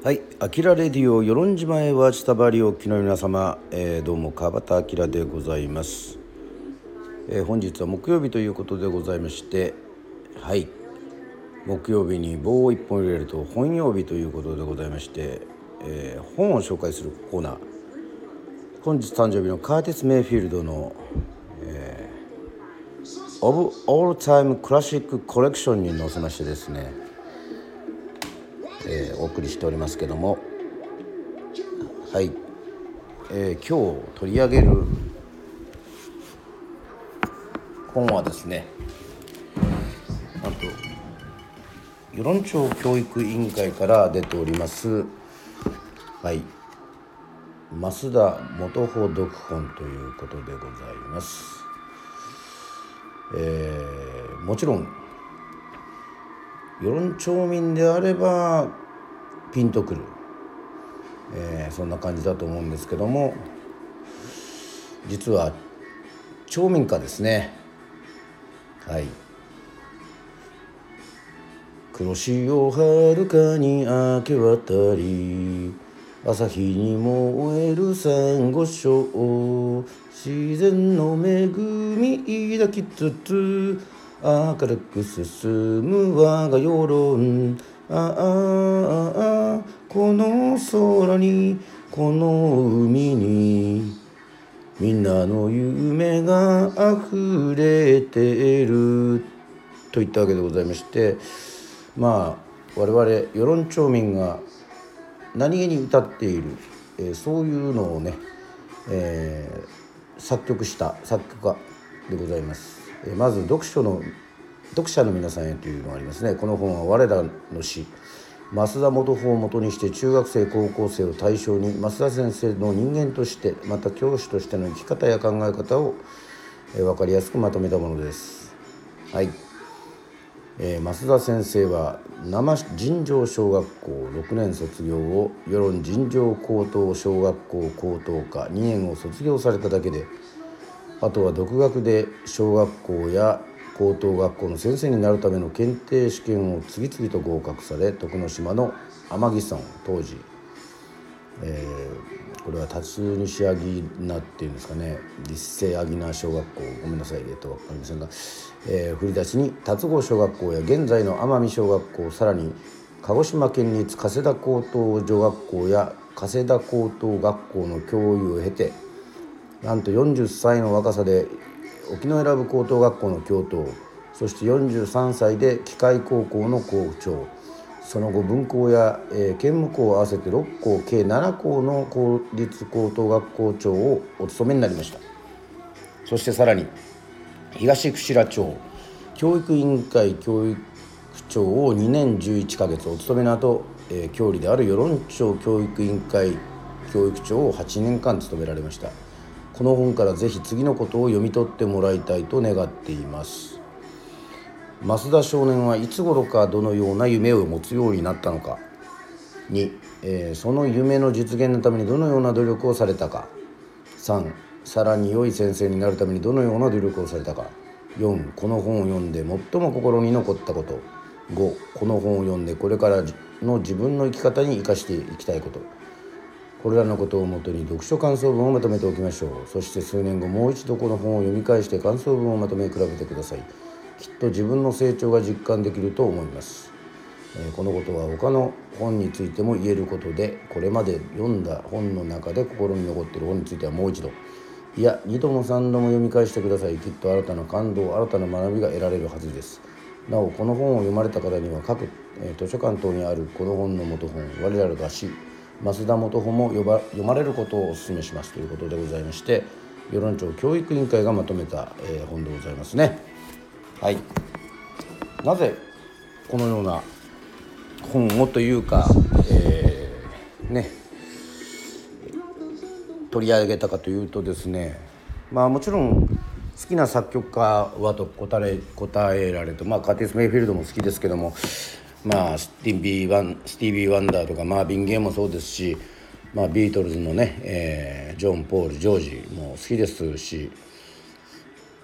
はい、アキラレディオ与論島へは下張りおきの皆様、どうも川端明でございます。本日は木曜日ということでございまして、はい、木曜日に棒を一本入れると本曜日ということでございまして、本を紹介するコーナー、本日誕生日のカーティス・メイフィールドの、オブ・オール・タイム・クラシック・コレクションに載せましてですね、お送りしておりますけども、はい、今日取り上げる本はですね、なんと与論町教育委員会から出ております、はい、増田元穂読本ということでございます。もちろん与論町民であればピンとくる、そんな感じだと思うんですけども、実は町民歌ですね。はい、黒潮はるかに明け渡り、朝日に燃える珊瑚礁、自然の恵み抱きつつ明るく進む我が世論、この空にこの海にみんなの夢が溢れているといったわけでございまして、我々与論町民が何気に歌っている、そういうのをね、作曲した作曲家でございます。まず読者の皆さんへというのがありますね。この本は我らの詩増田元穂をもとにして、中学生高校生を対象に増田先生の人間として、また教師としての生き方や考え方を、分かりやすくまとめたものです。はい、増田先生は生尋常小学校6年卒業を与論尋常高等小学校高等科2年を卒業されただけで、あとは独学で小学校や高等学校の先生になるための検定試験を次々と合格され、徳之島の天城村当時、これは辰西アギナっていうんですかね、立成アギナ小学校、ごめんなさい、分かりませんが、振り出しに辰郷小学校や現在の奄美小学校、さらに鹿児島県立加世田高等女学校や加世田高等学校の教諭を経て、なんと40歳の若さで沖永良部高等学校の教頭、そして43歳で機械高校の校長、その後文校や、兼務校を合わせて6校計7校の公立高等学校長をお務めになりました。そしてさらに東串良町教育委員会教育長を2年11ヶ月お務めの後、郷里である与論町教育委員会教育長を8年間務められました。この本からぜひ次のことを読み取ってもらいたいと願っています。増田少年はいつ頃かどのような夢を持つようになったのか。2、その夢の実現のためにどのような努力をされたか。3、さらに良い先生になるためにどのような努力をされたか。4、この本を読んで最も心に残ったこと。5、この本を読んでこれからの自分の生き方に生かしていきたいこと。これらのことをもとに読書感想文をまとめておきましょう。そして数年後もう一度この本を読み返して感想文をまとめ比べてください。きっと自分の成長が実感できると思います。このことは他の本についても言えることで、これまで読んだ本の中で心に残っている本についてはもう一度、いや2度も3度も読み返してください。きっと新たな感動、新たな学びが得られるはずです。なおこの本を読まれた方には各、図書館等にあるこの本の元本、我らが詩増田元穂も読まれることをお勧めしますということでございまして、与論町教育委員会がまとめた、本でございますね。はい、なぜこのような本をというか、取り上げたかというとですね、もちろん好きな作曲家はと答えられると、カーティス・メイフィールドも好きですけども、スティービー・ワンダーとかマーヴィン・ゲイもそうですし、ビートルズのね、ジョン・ポール・ジョージも好きですし、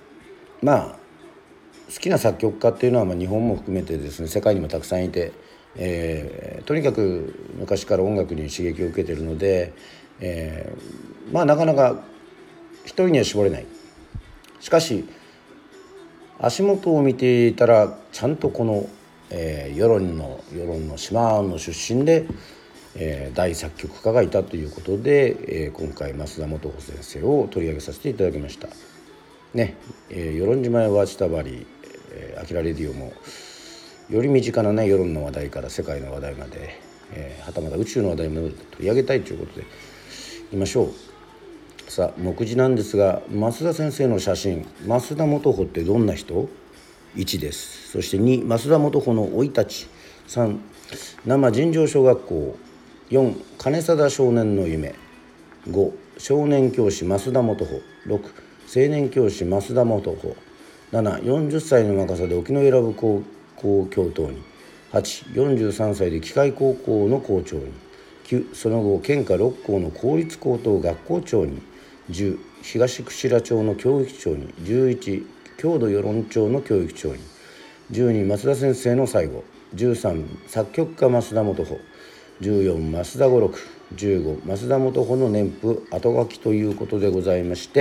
好きな作曲家っていうのは日本も含めてですね、世界にもたくさんいて、 とにかく昔から音楽に刺激を受けているので、なかなか一人には絞れない。しかし足元を見ていたらちゃんとこの、世論の島の出身で、大作曲家がいたということで、今回増田元穂先生を取り上げさせていただきましたね。与論島やワチタバリ、アキラレディオもより身近なね世論の話題から世界の話題まで、はたまた宇宙の話題まで取り上げたいということでいましょう。さあ目次なんですが、増田先生の写真、増田元穂ってどんな人？1です。そして2、増田元穂の生い立ち。3、生尋常小学校。4、金貞少年の夢。5、少年教師増田元穂。6、青年教師増田元穂。7、40歳の若さで沖永良部高校教頭に。8、43歳で機械高校の校長に。9、その後県下6校の公立高等学校長に。10、東串良町の教育長に。11、郷土与論町の教育長に。12、増田先生の最後。13、作曲家増田元穂。14、増田五六。15、増田元穂の年譜後書きということでございまして、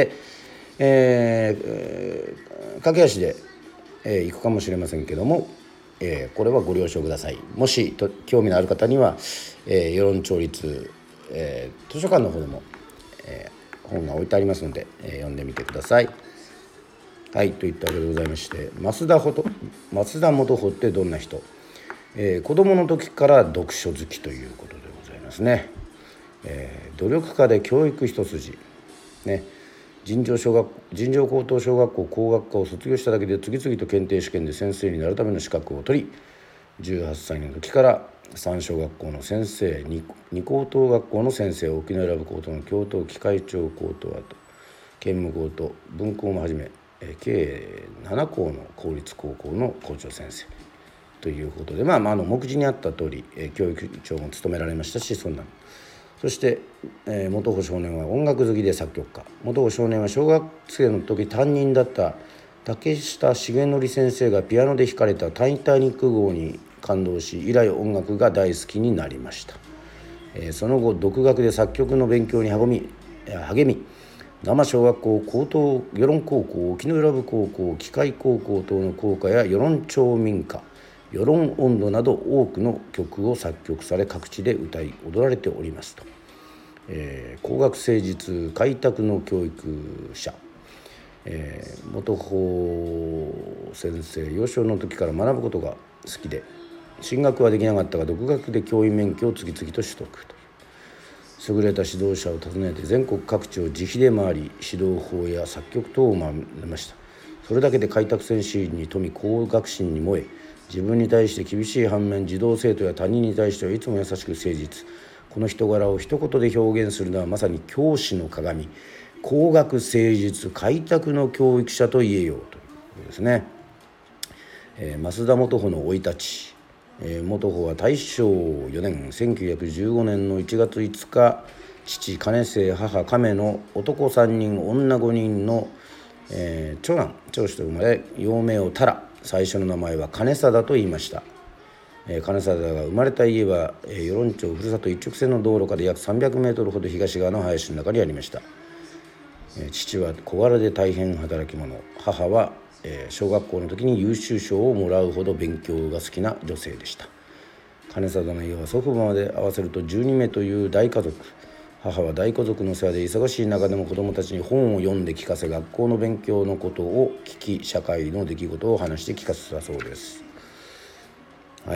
駆け足で、行くかもしれませんけども、これはご了承ください。もし興味のある方には、与論町立、図書館の方でも、本が置いてありますので、読んでみてください。はい、といったわけでございまして、増田元穂ってどんな人？子供の時から読書好きということでございますね。努力家で教育一筋ね。尋常高等小学校工学科を卒業しただけで次々と検定試験で先生になるための資格を取り、18歳の時から3小学校の先生、2高等学校の先生、沖永良部高等の教頭、機械長高等、あと兼務高等、文校もはじめ、計7校の公立高校の校長先生ということで、目次にあった通り、教育長も務められましたし、そして、元穂少年は音楽好きで作曲家。元穂少年は小学生の時担任だった竹下重則先生がピアノで弾かれたタイタニック号に感動し、以来音楽が大好きになりました。その後独学で作曲の勉強に励み、生小学校、高等与論高校、沖永良部高校、機械高校等の校歌や与論町民歌、与論音頭など多くの曲を作曲され、各地で歌い踊られておりますと。工学誠実開拓の教育者、元穂先生、幼少の時から学ぶことが好きで、進学はできなかったが独学で教員免許を次々と取得という。優れた指導者を訪ねて全国各地を自費で回り、指導法や作曲等を学びました。それだけで開拓戦士に富み、工学心に燃え、自分に対して厳しい反面、児童生徒や他人に対してはいつも優しく誠実。この人柄を一言で表現するのはまさに教師の鏡、工学誠実開拓の教育者と言えようということですね。増田元穂の生い立ち。元穂は大正4年1915年の1月5日、父金瀬、母亀の男3人女5人の、長男長子と生まれ、幼名を多良、最初の名前は金貞と言いました。金貞が生まれた家は、与論町ふるさと一直線の道路から約300メートルほど東側の林の中にありました。父は小柄で大変働き者、母は、小学校の時に優秀賞をもらうほど勉強が好きな女性でした。金貞の家は祖父母まで合わせると12名という大家族。母は大家族の世話で忙しい中でも子どもたちに本を読んで聞かせ、学校の勉強のことを聞き、社会の出来事を話して聞かせたそうです。はい、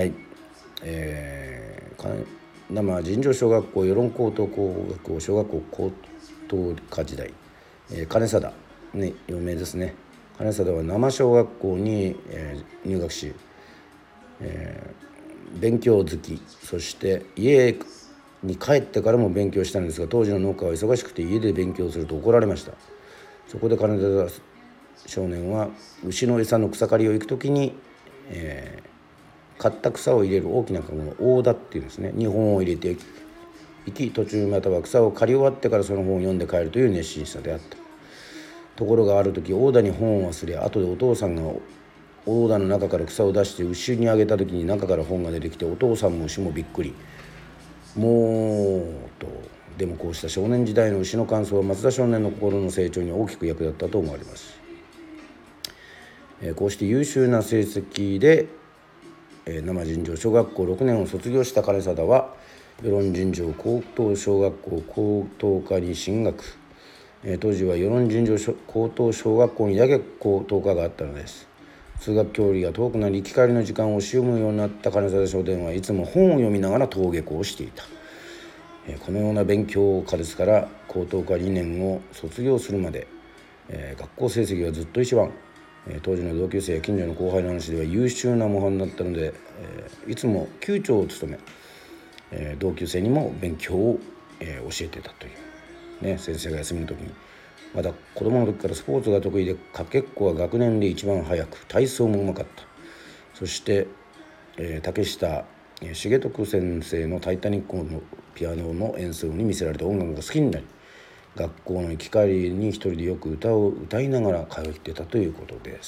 生尋常小学校、与論高等工学校、小学校高等科時代、金貞、ね、有名ですね。金貞は生小学校に、入学し、勉強好き、そして家に帰ってからも勉強したんですが、当時の農家は忙しくて家で勉強すると怒られました。そこで金貞少年は牛の餌の草刈りを行くときに、刈った草を入れる大きなカゴの大田っていうんですね、に本を入れていき、途中または草を刈り終わってからその本を読んで帰るという熱心さであった。ところがある時、大田に本を忘れ、後でお父さんが大田の中から草を出して牛にあげた時に中から本が出てきて、お父さんも牛もびっくり。もうとでもこうした少年時代の牛の感想は松田少年の心の成長に大きく役立ったと思われます。こうして優秀な成績で生尋常小学校6年を卒業した金貞は与論尋常高等小学校高等科に進学。当時は与論尋常高等小学校にだけ高等科があったのです。通学距離が遠くなり行き帰りの時間を惜しむようになった金貞少年はいつも本を読みながら登下校をしていた。このような勉強家ですから高等科2年を卒業するまで、学校成績はずっと一番。当時の同級生や近所の後輩の話では優秀な模範だったので、いつも級長を務め、同級生にも勉強を、教えてたという、先生が休みの時に。また子供の時からスポーツが得意でかけっこは学年で一番早く、体操もうまかった。そして、竹下重徳先生の「タイタニック」のピアノの演奏に見せられた音楽が好きになり、学校の行き帰りに一人でよく歌を歌いながら通ってたということです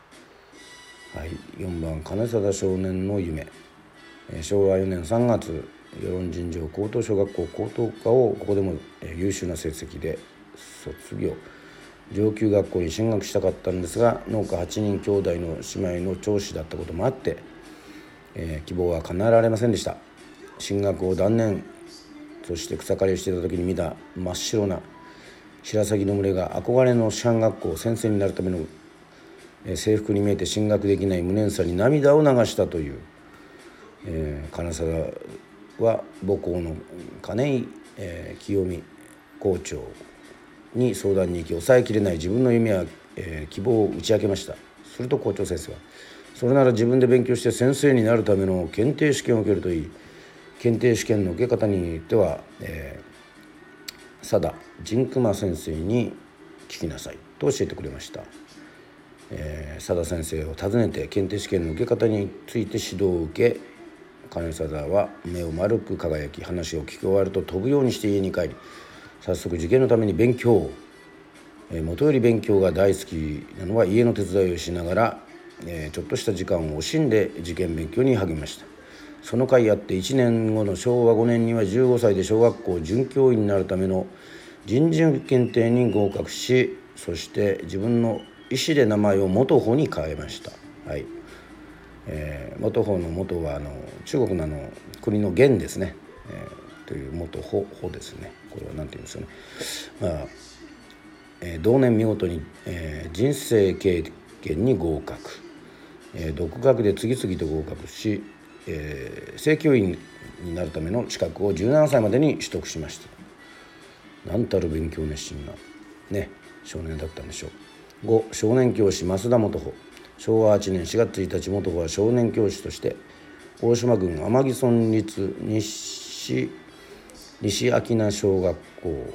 。4番金貞少年の夢。昭和4年3月与論尋常高等小学校高等科をここでも優秀な成績で卒業。上級学校に進学したかったんですが、農家8人兄弟の姉妹の長子だったこともあって、希望は叶えられませんでした。進学を断念。そして草刈りをしていた時に見た真っ白な白鷺の群れが憧れの士範学校先生になるための、制服に見えて進学できない無念さに涙を流したという、金貞は母校の金井、清美校長に相談に行き、抑えきれない自分の夢や、希望を打ち明けました。すると校長先生は、それなら自分で勉強して先生になるための検定試験を受けるといい。検定試験の受け方によっては、佐田仁熊先生に聞きなさいと教えてくれました。佐田先生を訪ねて検定試験の受け方について指導を受け、金貞は目を丸く輝き、話を聞き終わると飛ぶようにして家に帰り、早速受験のために勉強を。もとより勉強が大好きなのは家の手伝いをしながら、ちょっとした時間を惜しんで受験勉強に励みました。その甲斐あって1年後の昭和5年には15歳で小学校准教員になるための人事検定に合格し、そして自分の意思で名前を元穂に変えました。元穂の元は中国の国の元ですね、という元穂ですね。これは何て言うんですよね。同年見事に、人生経験に合格、独学で次々と合格し、正教員になるための資格を17歳までに取得しました。何たる勉強熱心な少年だったんでしょう。5少年教師増田元穂。昭和8年4月1日元穂は少年教師として大島郡天城村立西秋名小学校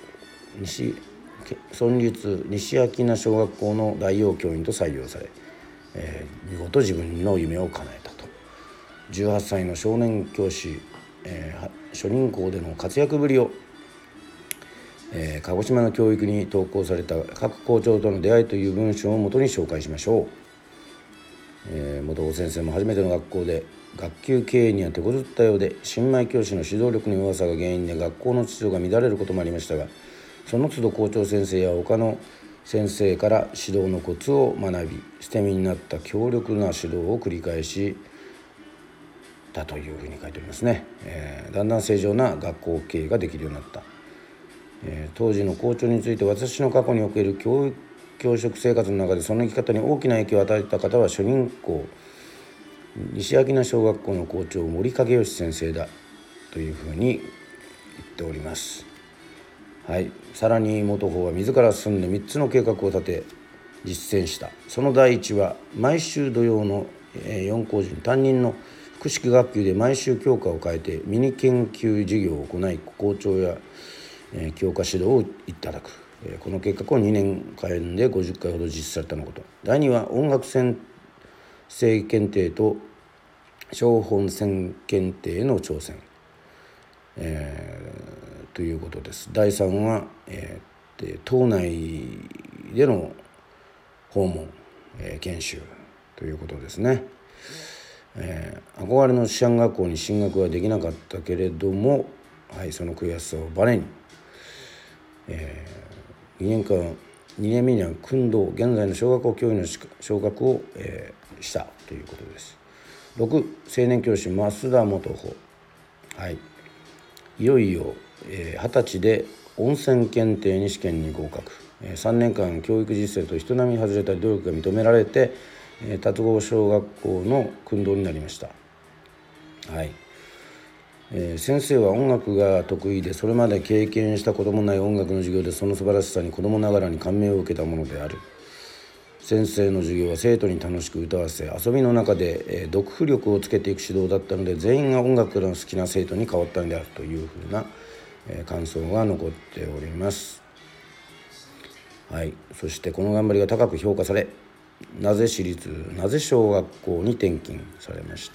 村立西秋名小学校の代用教員と採用され、見事自分の夢を叶えたと。18歳の少年教師、初任校での活躍ぶりを、鹿児島の教育に投稿された各校長との出会いという文章をもとに紹介しましょう。元尾先生も初めての学校で学級経営には手こずったようで、新米教師の指導力の弱さが原因で学校の秩序が乱れることもありましたが、その都度校長先生や他の先生から指導のコツを学び、捨て身になった強力な指導を繰り返したというふうに書いておりますね。だんだん正常な学校経営ができるようになった。当時の校長について、私の過去における教職生活の中でその生き方に大きな影響を与えた方は初任校西秋名小学校の校長森影義先生だというふうに言っております。さらに元穂は自ら進んで3つの計画を立て実践した。その第一は毎週土曜の4校人担任の複式学級で毎週教科を変えてミニ研究授業を行い、校長や教科指導をいただく。この計画を2年間で50回ほど実施されたのこと。第2は音楽先生検定と小本選検定への挑戦、ということです。第3は、島内での訪問、研修ということですね。憧れの師範学校に進学はできなかったけれども、その悔しさをバネに、2年目には訓導、現在の小学校教員の昇格を、したということです。6、青年教師増田元穂、いよいよ、20歳で温泉検定に試験に合格、3年間教育実践と人並み外れた努力が認められて、達郷小学校の訓導になりました。先生は音楽が得意で、それまで経験したこともない音楽の授業でその素晴らしさに子供ながらに感銘を受けたものである。先生の授業は生徒に楽しく歌わせ、遊びの中で、読譜力をつけていく指導だったので、全員が音楽の好きな生徒に変わったのであるというふうな、感想が残っております。そしてこの頑張りが高く評価され、名瀬市立名瀬小学校に転勤されました。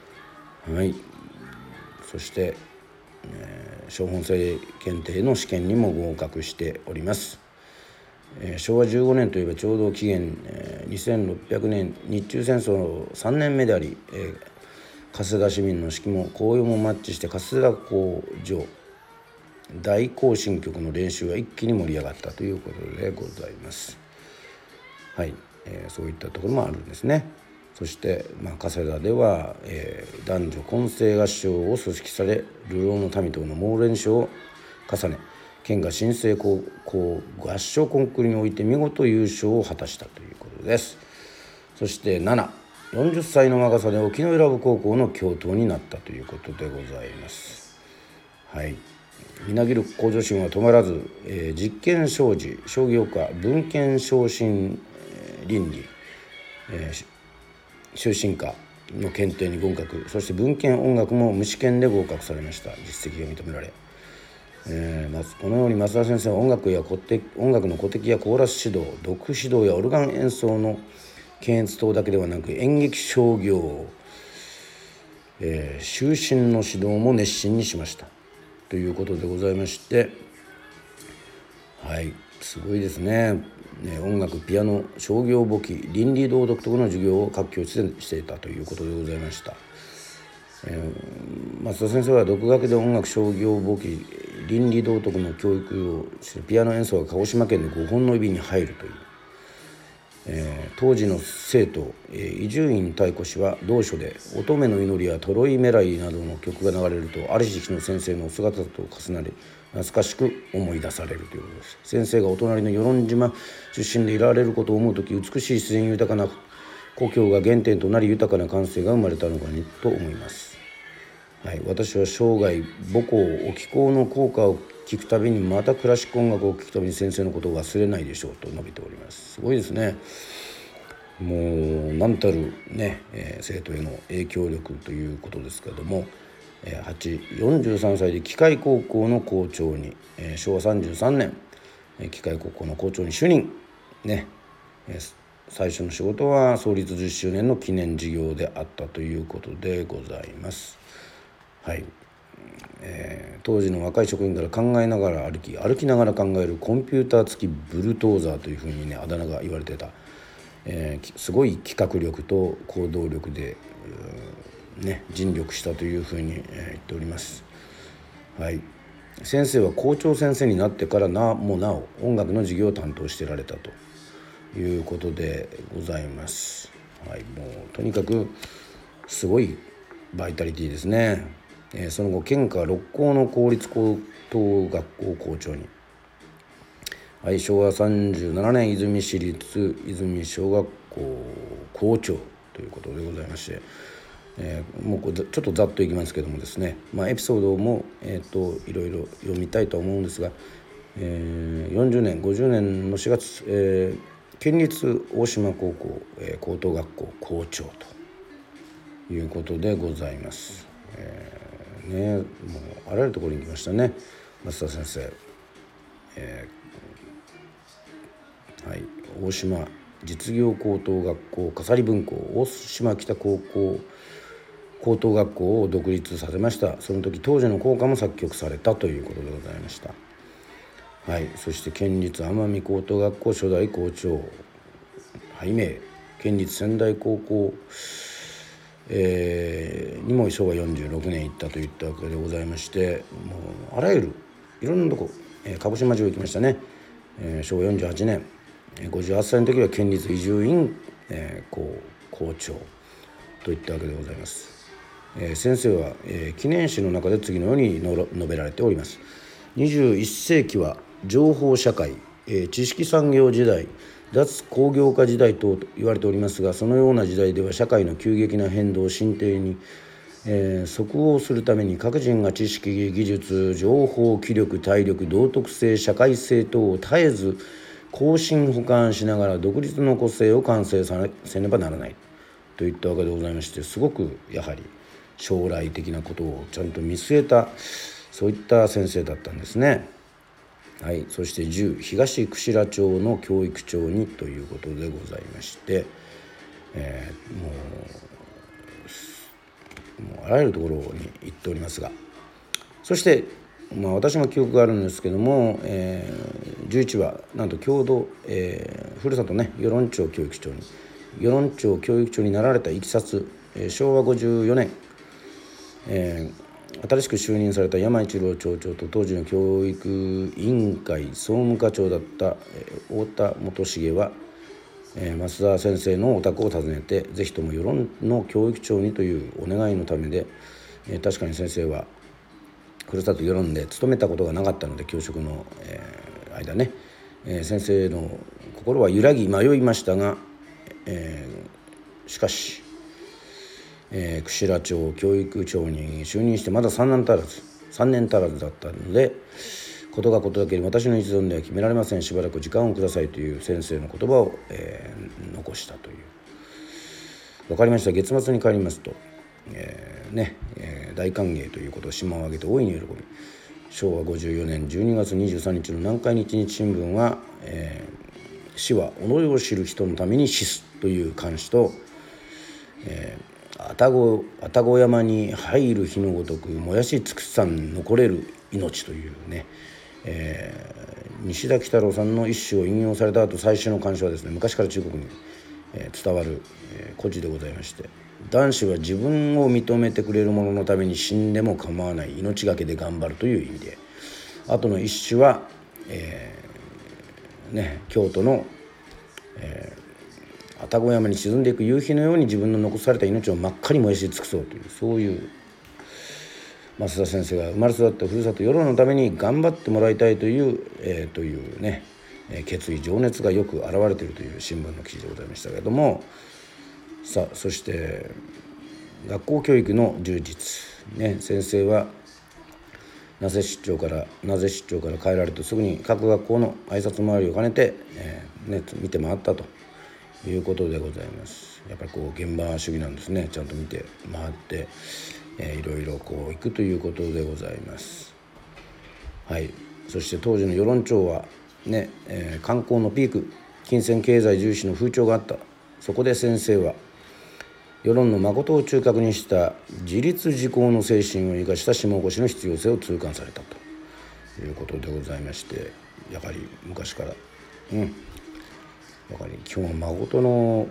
そして、小本生検定の試験にも合格しております。昭和15年といえばちょうど紀元、2600年日中戦争3年目であり、加世田市民の士気も紅葉もマッチして、加世田工場大行進曲の練習が一気に盛り上がったということでございます。そういったところもあるんですね。そして、加世田では、男女混声合唱を組織され、流浪の民等の猛練習を重ね、県が新生高校合唱コンクールにおいて見事優勝を果たしたということです。そして7、40歳の若さで沖永良部高校の教頭になったということでございます。みなぎる向上心は止まらず、実験商事、商業科、文献昇進、倫理、修身科の検定に合格、そして文献音楽も無試験で合格されました。実績が認められ、このように増田先生は音楽の古笛やコーラス指導、読指導やオルガン演奏の検閲等だけではなく、演劇商業、修身の指導も熱心にしましたということでございまして、すごいですね。音楽、ピアノ、商業簿記、倫理道徳等の授業を各教室でしていたということでございました。増田先生は独学で音楽、商業簿記、倫理道徳の教育をして、ピアノ演奏が鹿児島県で5本の指に入るという、当時の生徒、伊集院太鼓氏は同書で、乙女の祈りやトロイメライなどの曲が流れると、ある時期の先生のお姿と重なり、懐かしく思い出されるということです。先生がお隣の与論島出身でいられることを思うとき、美しい自然豊かな故郷が原点となり、豊かな感性が生まれたのかにと思います。私は生涯母校お気候の校歌を聞くたびに、またクラシック音楽を聴くたびに先生のことを忘れないでしょうと述べております。すごいですね。もう何たるね、生徒への影響力ということですけれども、43歳で機械高校の校長に、昭和33年、機械高校の校長に就任最初の仕事は創立10周年の記念事業であったということでございます。当時の若い職員から考えながら歩きながら考えるコンピューター付きブルトーザーというふうにあだ名が言われてた、すごい企画力と行動力で、尽力したというふうに、言っております。先生は校長先生になってからなお音楽の授業を担当してられたということでございます。もうとにかくすごいバイタリティですね。その後県下6校の公立高等学校校長に、昭和37年泉市立泉小学校校長ということでございまして、もうちょっとざっといきますけどもですね、エピソードも、いろいろ読みたいと思うんですが、40年50年の4月、県立大島高校、高等学校校長ということでございます。もうあらゆるところに来ましたね、増田先生。大島実業高等学校笠利分校大島北高校高等学校を独立させました。その時当時の校歌も作曲されたということでございました。そして県立奄美高等学校初代校長拝命慶県立仙台高校、にも昭和46年行ったといったわけでございまして、もうあらゆるいろんなとこ、鹿児島城行きましたね。昭和48年58歳の時は県立伊集院、校長といったわけでございます。先生は、記念誌の中で次のように述べられております。21世紀は情報社会、知識産業時代、脱工業化時代と言われておりますが、そのような時代では社会の急激な変動進展に、即応するために各人が知識、技術、情報、気力、体力、道徳性、社会性等を絶えず更新補完しながら独立の個性を完成させねばならないといったわけでございまして、すごくやはり将来的なことをちゃんと見据えた、そういった先生だったんですね。はい、そして10、東串良町の教育長にということでございまして、もうあらゆるところに行っておりますが、そして、私も記憶があるんですけども、11はなんと郷土、ふるさとね与論町教育長に与論町教育長になられたいきさつ、昭和54年、新しく就任された山一郎町長と当時の教育委員会総務課長だった、太田元重は、増田先生のお宅を訪ねて、ぜひとも与論の教育長にというお願いのためで、確かに先生はふるさと与論で勤めたことがなかったので、教職の、間ね、先生の心は揺らぎ迷いましたが、しかし、串良町教育長に就任してまだ3年足らずだったので、ことがことだけに私の一存では決められません、しばらく時間をくださいという先生の言葉を、残したという。分かりました、月末に帰りますと、大歓迎ということを島を挙げて大いに喜び、昭和54年12月23日の南海日日新聞は、死は己を知る人のために死すという漢詩と、愛宕山に入る日のごとく燃やし尽くさん残れる命というね、西田喜太郎さんの一首を引用された後、最初の漢詩はですね、昔から中国に、伝わる、故事でございまして、男子は自分を認めてくれる者のために死んでも構わない、命がけで頑張るという意味で、後の一首は、京都の、愛宕山に沈んでいく夕日のように自分の残された命を真っ赤に燃やし尽くそうという、そういう増田先生が生まれ育ったふるさと与論のために頑張ってもらいたいという、決意情熱がよく現れているという新聞の記事でございましたけれども、さあ、そして学校教育の充実、先生は名瀬出張から帰られてすぐに各学校の挨拶回りを兼ねて、見て回ったということでございます。やっぱり現場主義なんですね。ちゃんと見て回って、いろいろ行くということでございます。はい。そして当時の与論町は観光のピーク、金銭経済重視の風潮があった。そこで先生は与論の誠を中核にした自立自強の精神を生かした下おこしの必要性を痛感されたということでございまして、やはり昔から、やはり基本は誠の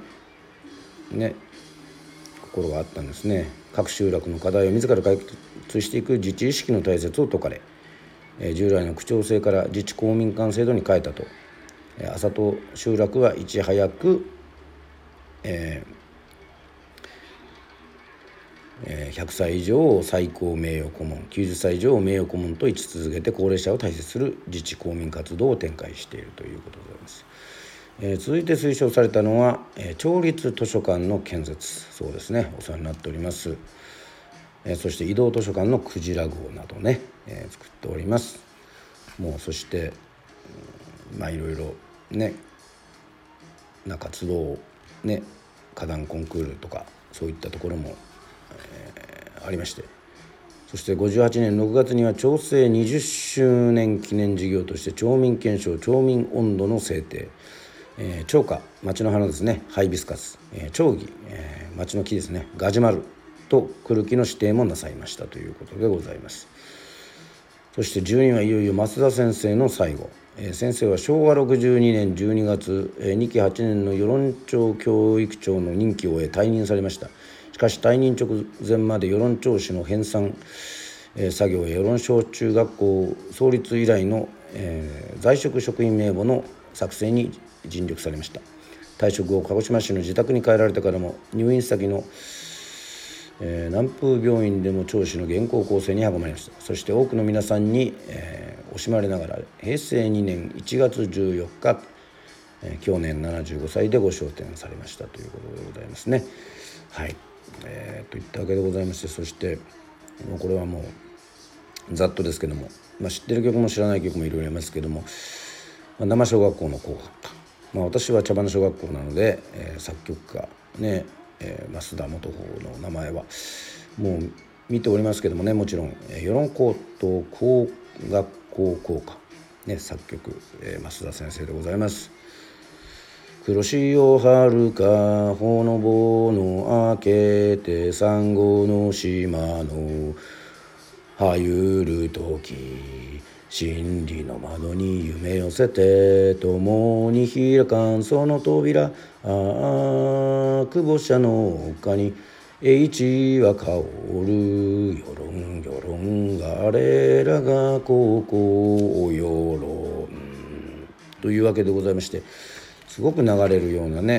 心があったんですね。各集落の課題を自ら解決していく自治意識の大切を説かれ、従来の区長制から自治公民館制度に変えたと。朝戸集落はいち早く、100歳以上を最高名誉顧問、90歳以上を名誉顧問と位置続けて高齢者を大切する自治公民活動を展開しているということでございます。続いて推奨されたのは、町立図書館の建設、そうですね、お世話になっております。そして移動図書館のクジラ号などね、作っております。もうそしていろいろな活動を花壇コンクールとかそういったところも、ありまして、そして58年6月には町政20周年記念事業として町民憲章町民温度の制定、町花、町の花ですね、ハイビスカス、町木、町の木ですね、ガジュマルと来る木の指定もなさいましたということでございます。そして12はいよいよ増田先生の最後、 先生は昭和62年12月、2期8年の与論町教育長の任期を終え退任されました。しかし退任直前まで与論町市の編纂、作業や与論小中学校創立以来の、在職職員名簿の作成に尽力されました。退職後鹿児島市の自宅に帰られてからも入院先の南風病院でも町史の原稿構成に励まれました。そして多くの皆さんに、惜しまれながら平成2年1月14日、去年75歳でご昇天されましたということでございますね。はい、といったわけでございまして、そしてもうこれはもうざっとですけども、知ってる曲も知らない曲もいろいろありますけども、生小学校の校歌、私は茶花小学校なので、作曲家ね、増田元法の名前はもう見ておりますけどもね、もちろん与論高等工学校校歌、ね、作曲、増田先生でございます。黒潮はるかほのぼの明けてサンゴの島のはゆるとき真理の窓に夢寄せて共に開かんその扉久保社の丘に英知は香るよろんよろんがれらが高校をよろんというわけでございまして、すごく流れるようなね、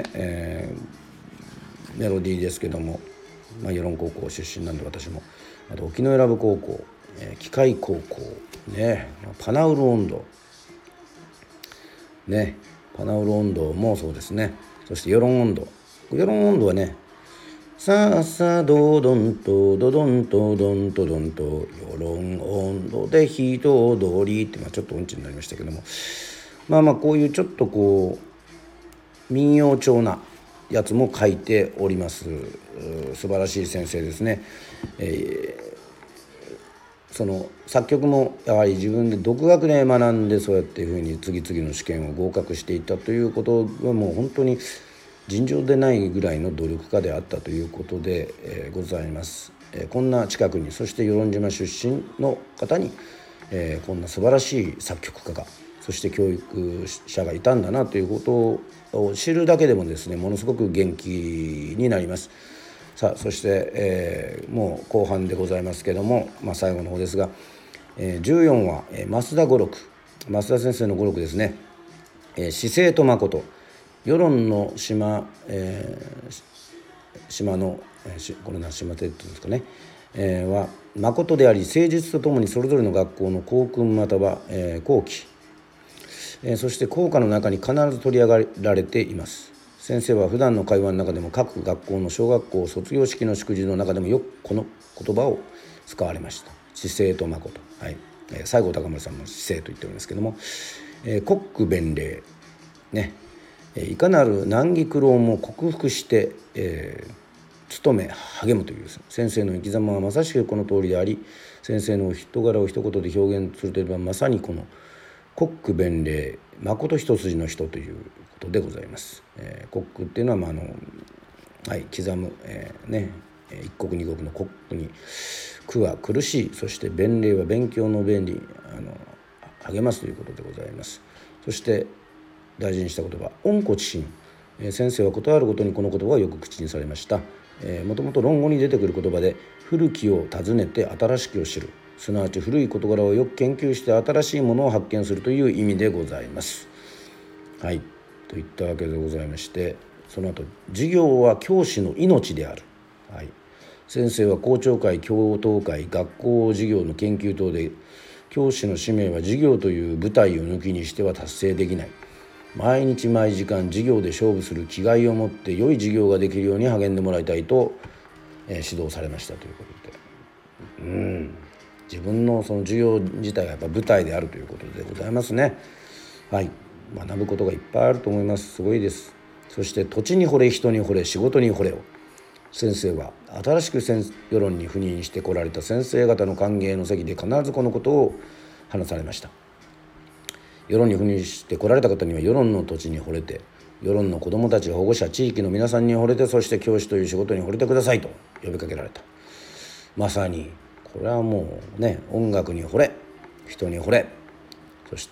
メロディーですけども、与論高校出身なんで私も、あと沖永良部高校、機械高校ね、パナウル音頭ね、パナウル音頭もそうですね。そして与論音頭、与論音頭はね、さあさあドドンとドドンとドンとドンと与論音頭で人踊りって、ちょっと音痴になりましたけども、こういうちょっとこう民謡調なやつも書いております。素晴らしい先生ですね。その作曲もやはり自分で独学で学んで、そうやっていうふうに次々の試験を合格していったということはもう本当に尋常でないぐらいの努力家であったということで、ございます。こんな近くに、そして与論島出身の方に、こんな素晴らしい作曲家が、そして教育者がいたんだなということを知るだけでもですね、ものすごく元気になります。さあそして、もう後半でございますけども、最後の方ですが、14話、増田語録、増田先生の語録ですね。姿勢と誠、与論の島、島の、これ何島って言うんですかね、は誠であり誠実とともにそれぞれの学校の校訓または、校旗、そして校歌の中に必ず取り上げられています。先生は普段の会話の中でも各学校の小学校卒業式の祝辞の中でもよくこの言葉を使われました。姿勢と誠、はい、西郷隆盛さんも姿勢と言っておりますけども、国苦弁礼ね、いかなる難儀苦労も克服して、努め励むという先生の生き様はまさしくこの通りであり、先生の人柄を一言で表現するといえばまさにこの国苦弁礼誠一筋の人ということでございます。国苦っていうのは、刻む、一国二国の国苦に苦は苦しい、そして弁礼は勉強の弁に励ますということでございます。そして大事にした言葉温故知新、先生はことあるごとにこの言葉をよく口にされました。もともと論語に出てくる言葉で、古きを訪ねて新しきを知る、すなわち古い事柄をよく研究して新しいものを発見するという意味でございます。はい、といったわけでございまして、その後授業は教師の命である、はい、先生は校長会教頭会学校授業の研究等で、教師の使命は授業という舞台を抜きにしては達成できない、毎日毎時間授業で勝負する気概を持って良い授業ができるように励んでもらいたいと、指導されましたということで、自分のその授業自体がやっぱ舞台であるということでございますね。はい、学ぶことがいっぱいあると思います。すごいです。そして土地に惚れ人に惚れ仕事に惚れを、先生は新しく世論に赴任してこられた先生方の歓迎の席で必ずこのことを話されました。世論に赴任してこられた方には世論の土地に惚れて、世論の子どもたち保護者地域の皆さんに惚れて、そして教師という仕事に惚れてくださいと呼びかけられた。まさにこれはもうね、音楽に惚れ人に惚れ、そして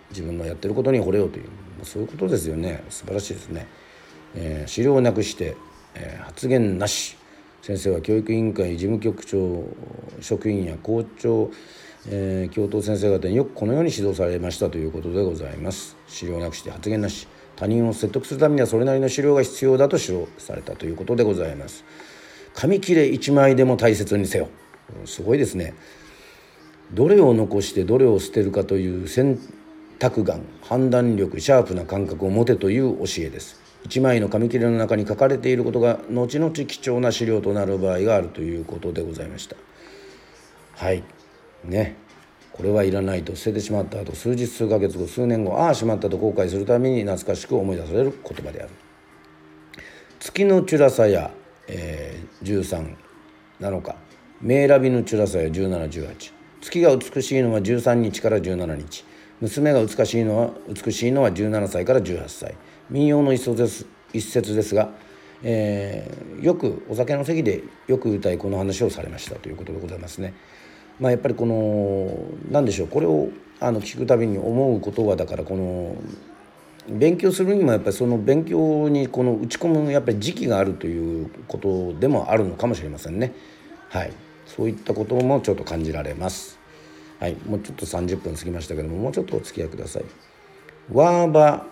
自分のやってることに惚れようという、そういうことですよね。素晴らしいですね。資料をなくして、発言なし。先生は教育委員会事務局長職員や校長、教頭先生方によくこのように指導されましたということでございます。資料をなくして発言なし。他人を説得するためにはそれなりの資料が必要だと指導されたということでございます。紙切れ1枚でも大切にせよ。すごいですね。どれを残してどれを捨てるかという選択眼、判断力、シャープな感覚を持てという教えです。1枚の紙切れの中に書かれていることが後々貴重な資料となる場合があるということでございました。はいね、これはいらないと捨ててしまった後、数日数ヶ月後数年後、ああしまったと後悔するために懐かしく思い出される言葉である。月のチュラサや、13、7日、メーラビヌチュラサや17、18。月が美しいのは13日から17日。娘が美しいのは17歳から18歳。民謡の一節ですが、よくお酒の席でよく歌いこの話をされましたということでございますね。やっぱりこの何でしょう、これを聞くたびに思うことは、だからこの勉強するにもやっぱりその勉強にこの打ち込むやっぱり時期があるということでもあるのかもしれませんね。はい、そういったこともちょっと感じられます。はい、もうちょっと30分過ぎましたけども、もうちょっとお付き合いください。ワーバ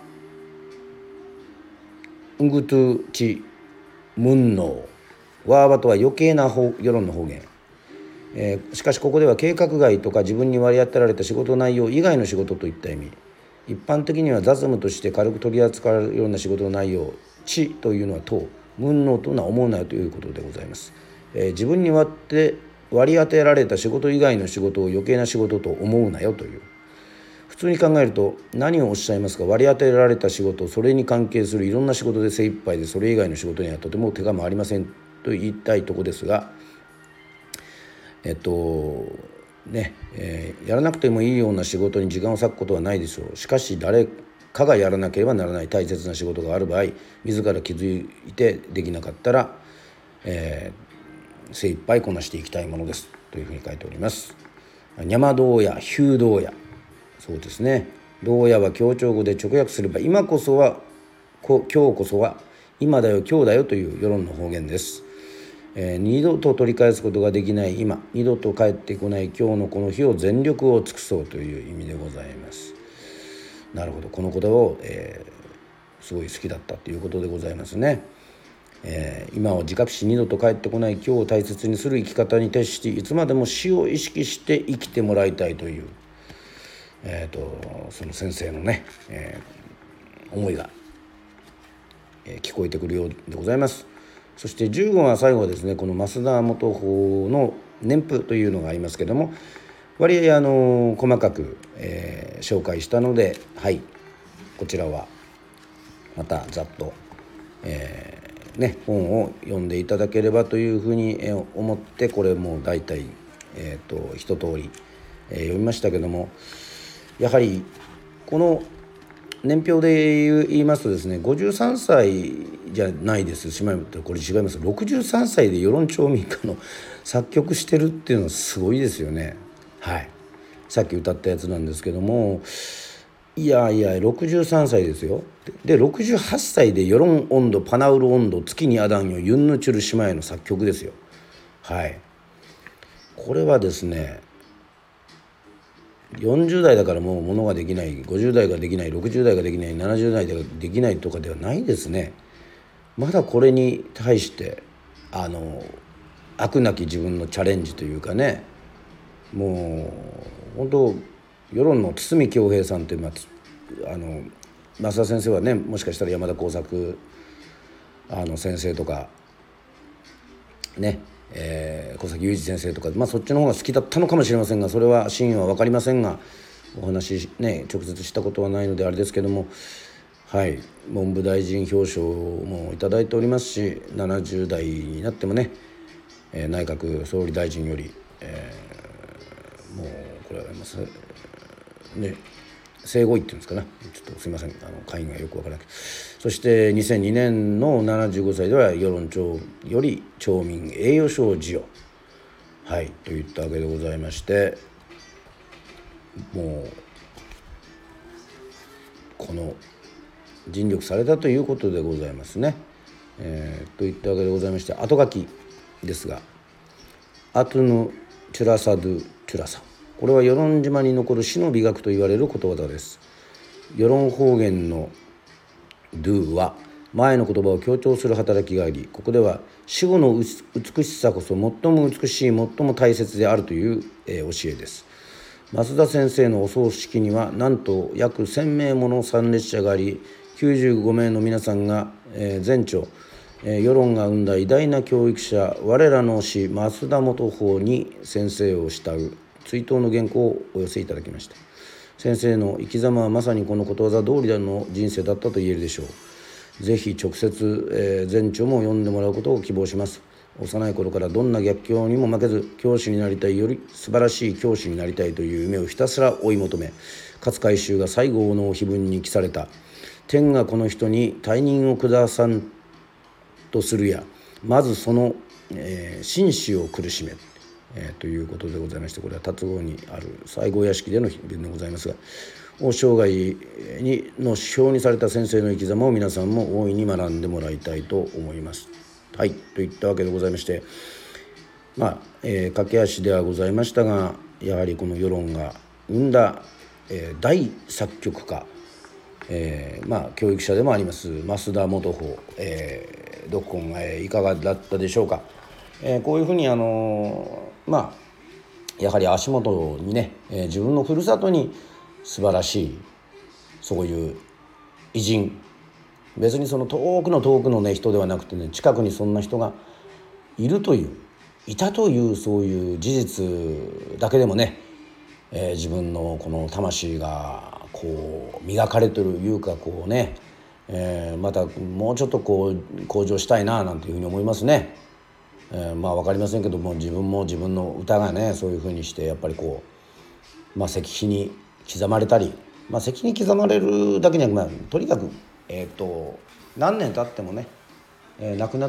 ングトゥチムンノー。ワーバとは余計な世論の方言。しかしここでは計画外とか自分に割り当てられた仕事内容以外の仕事といった意味。一般的には雑務として軽く取り扱われるような仕事の内容、知というのは等、ムンノーというのは思うなよということでございます。自分に割り当てられた仕事以外の仕事を余計な仕事と思うなよという。普通に考えると何をおっしゃいますか。割り当てられた仕事、それに関係するいろんな仕事で精一杯で、それ以外の仕事にはとても手が回りませんと言いたいところですが、やらなくてもいいような仕事に時間を割くことはないでしょう。しかし誰かがやらなければならない大切な仕事がある場合、自ら気づいてできなかったら、精一杯こなしていきたいものですというふうに書いております。山道や弓道や、そうですね、道やは強調語で直訳すれば今日こそは今だよ今日だよという世論の方言です。二度と取り返すことができない今、二度と帰ってこない今日のこの日を全力を尽くそうという意味でございます。なるほど、この言葉を、すごい好きだったということでございますね。今を自覚し二度と帰ってこない今日を大切にする生き方に徹して、いつまでも死を意識して生きてもらいたいという、その先生のね、思いが、聞こえてくるようでございます。そして15話最後はですね、この増田元法の年譜というのがありますけども、割合細かく、紹介したので、はい、こちらはまたざっと、本を読んでいただければというふうに思って、これもう大体、一通り、読みましたけども、やはりこの年表で言いますとですね、53歳じゃないですしまいと、これ違います。63歳で世論調味歌の作曲してるっていうのはすごいですよね。はい、さっき歌ったやつなんですけども、いや63歳ですよ。で68歳で世論温度パナウル温度月にアダンよユンヌチュル島への作曲ですよ。はい、これはですね、40代だからもうものができない、50代ができない、60代ができない、70代ができないとかではないですね。まだこれに対して飽くなき自分のチャレンジというかね、もう本当世論の堤恭平さんって、増田先生はね、もしかしたら山田耕作先生とかね、小崎雄二先生とか、そっちの方が好きだったのかもしれませんが、それは真意は分かりませんが、お話ね直接したことはないのであれですけども、はい、文部大臣表彰もいただいておりますし、70代になってもね、内閣総理大臣より、もうこれはね、生後位っていうんですかね、ちょっとすいません、会員がよく分からなくて、そして2002年の75歳では世論調より町民栄誉賞を授与、はい、といったわけでございまして、もこの尽力されたということでございますね。といったわけでございまして、後書きですが、アトゥヌ・チュラサドゥ・チュラサ、これは与論島に残る死の美学と言われることわざです。与論方言のドゥは前の言葉を強調する働きがあり、ここでは死後の美しさこそ最も美しい、最も大切であるという、教えです。増田先生のお葬式にはなんと約1000名もの参列者があり、95名の皆さんが、前著、世論が生んだ偉大な教育者我らの師増田元法に先生を慕う追悼の原稿をお寄せいただきました。先生の生き様はまさにこのことわざ通りの人生だったと言えるでしょう。ぜひ直接、前著も読んでもらうことを希望します。幼い頃からどんな逆境にも負けず教師になりたい、より素晴らしい教師になりたいという夢をひたすら追い求め、勝海舟が西郷の碑文に記された天がこの人に大任を下さんとするや、まずその、心死を苦しめ、ということでございまして、これは龍郷にある西郷屋敷での碑文でございますが、生涯の指標にされた先生の生き様を皆さんも大いに学んでもらいたいと思います。はい、といったわけでございまして、駆け足ではございましたが、やはりこの世論が生んだ、大作曲家、教育者でもあります増田元法、読本、いかがだったでしょうか。こういうふうにやはり足元にね、自分のふるさとに素晴らしいそういう偉人、別にその遠くのね人ではなくてね、近くにそんな人がいたというそういう事実だけでもね、自分のこの魂がこう磨かれてるいうか、こうね、またもうちょっとこう向上したいななんていうふうに思いますね。分かりませんけども、自分も自分の歌がねそういうふうにしてやっぱりこう、石碑に刻まれたり、石碑に刻まれるだけには、とにかく何年経ってもね、亡くなって、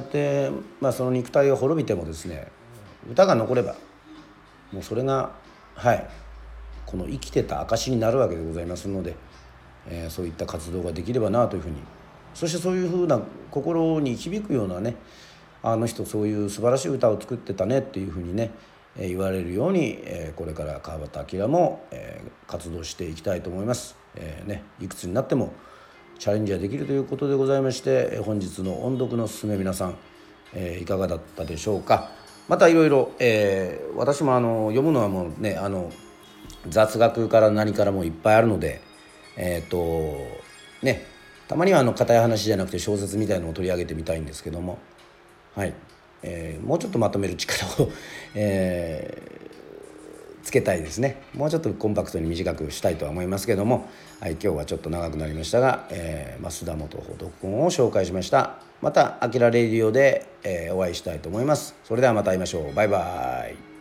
その肉体が滅びてもですね、歌が残ればもうそれがこの生きてた証になるわけでございますので、そういった活動ができればなというふうに、そしてそういうふうな心に響くようなね、あの人そういう素晴らしい歌を作ってたねっていうふうにね、言われるように、これから川端明も、活動していきたいと思います。いくつになってもチャレンジができるということでございまして、本日の音読のすすめ、皆さん、いかがだったでしょうか。またいろいろ、私も読むのはもうね、雑学から何からもいっぱいあるので、たまには硬い話じゃなくて小説みたいなのを取り上げてみたいんですけども、もうちょっとまとめる力を、つけたいですね。もうちょっとコンパクトに短くしたいとは思いますけども、今日はちょっと長くなりましたが、増田元法読本を紹介しました。またアキラレディオで、お会いしたいと思います。それではまた会いましょう。バイバイ。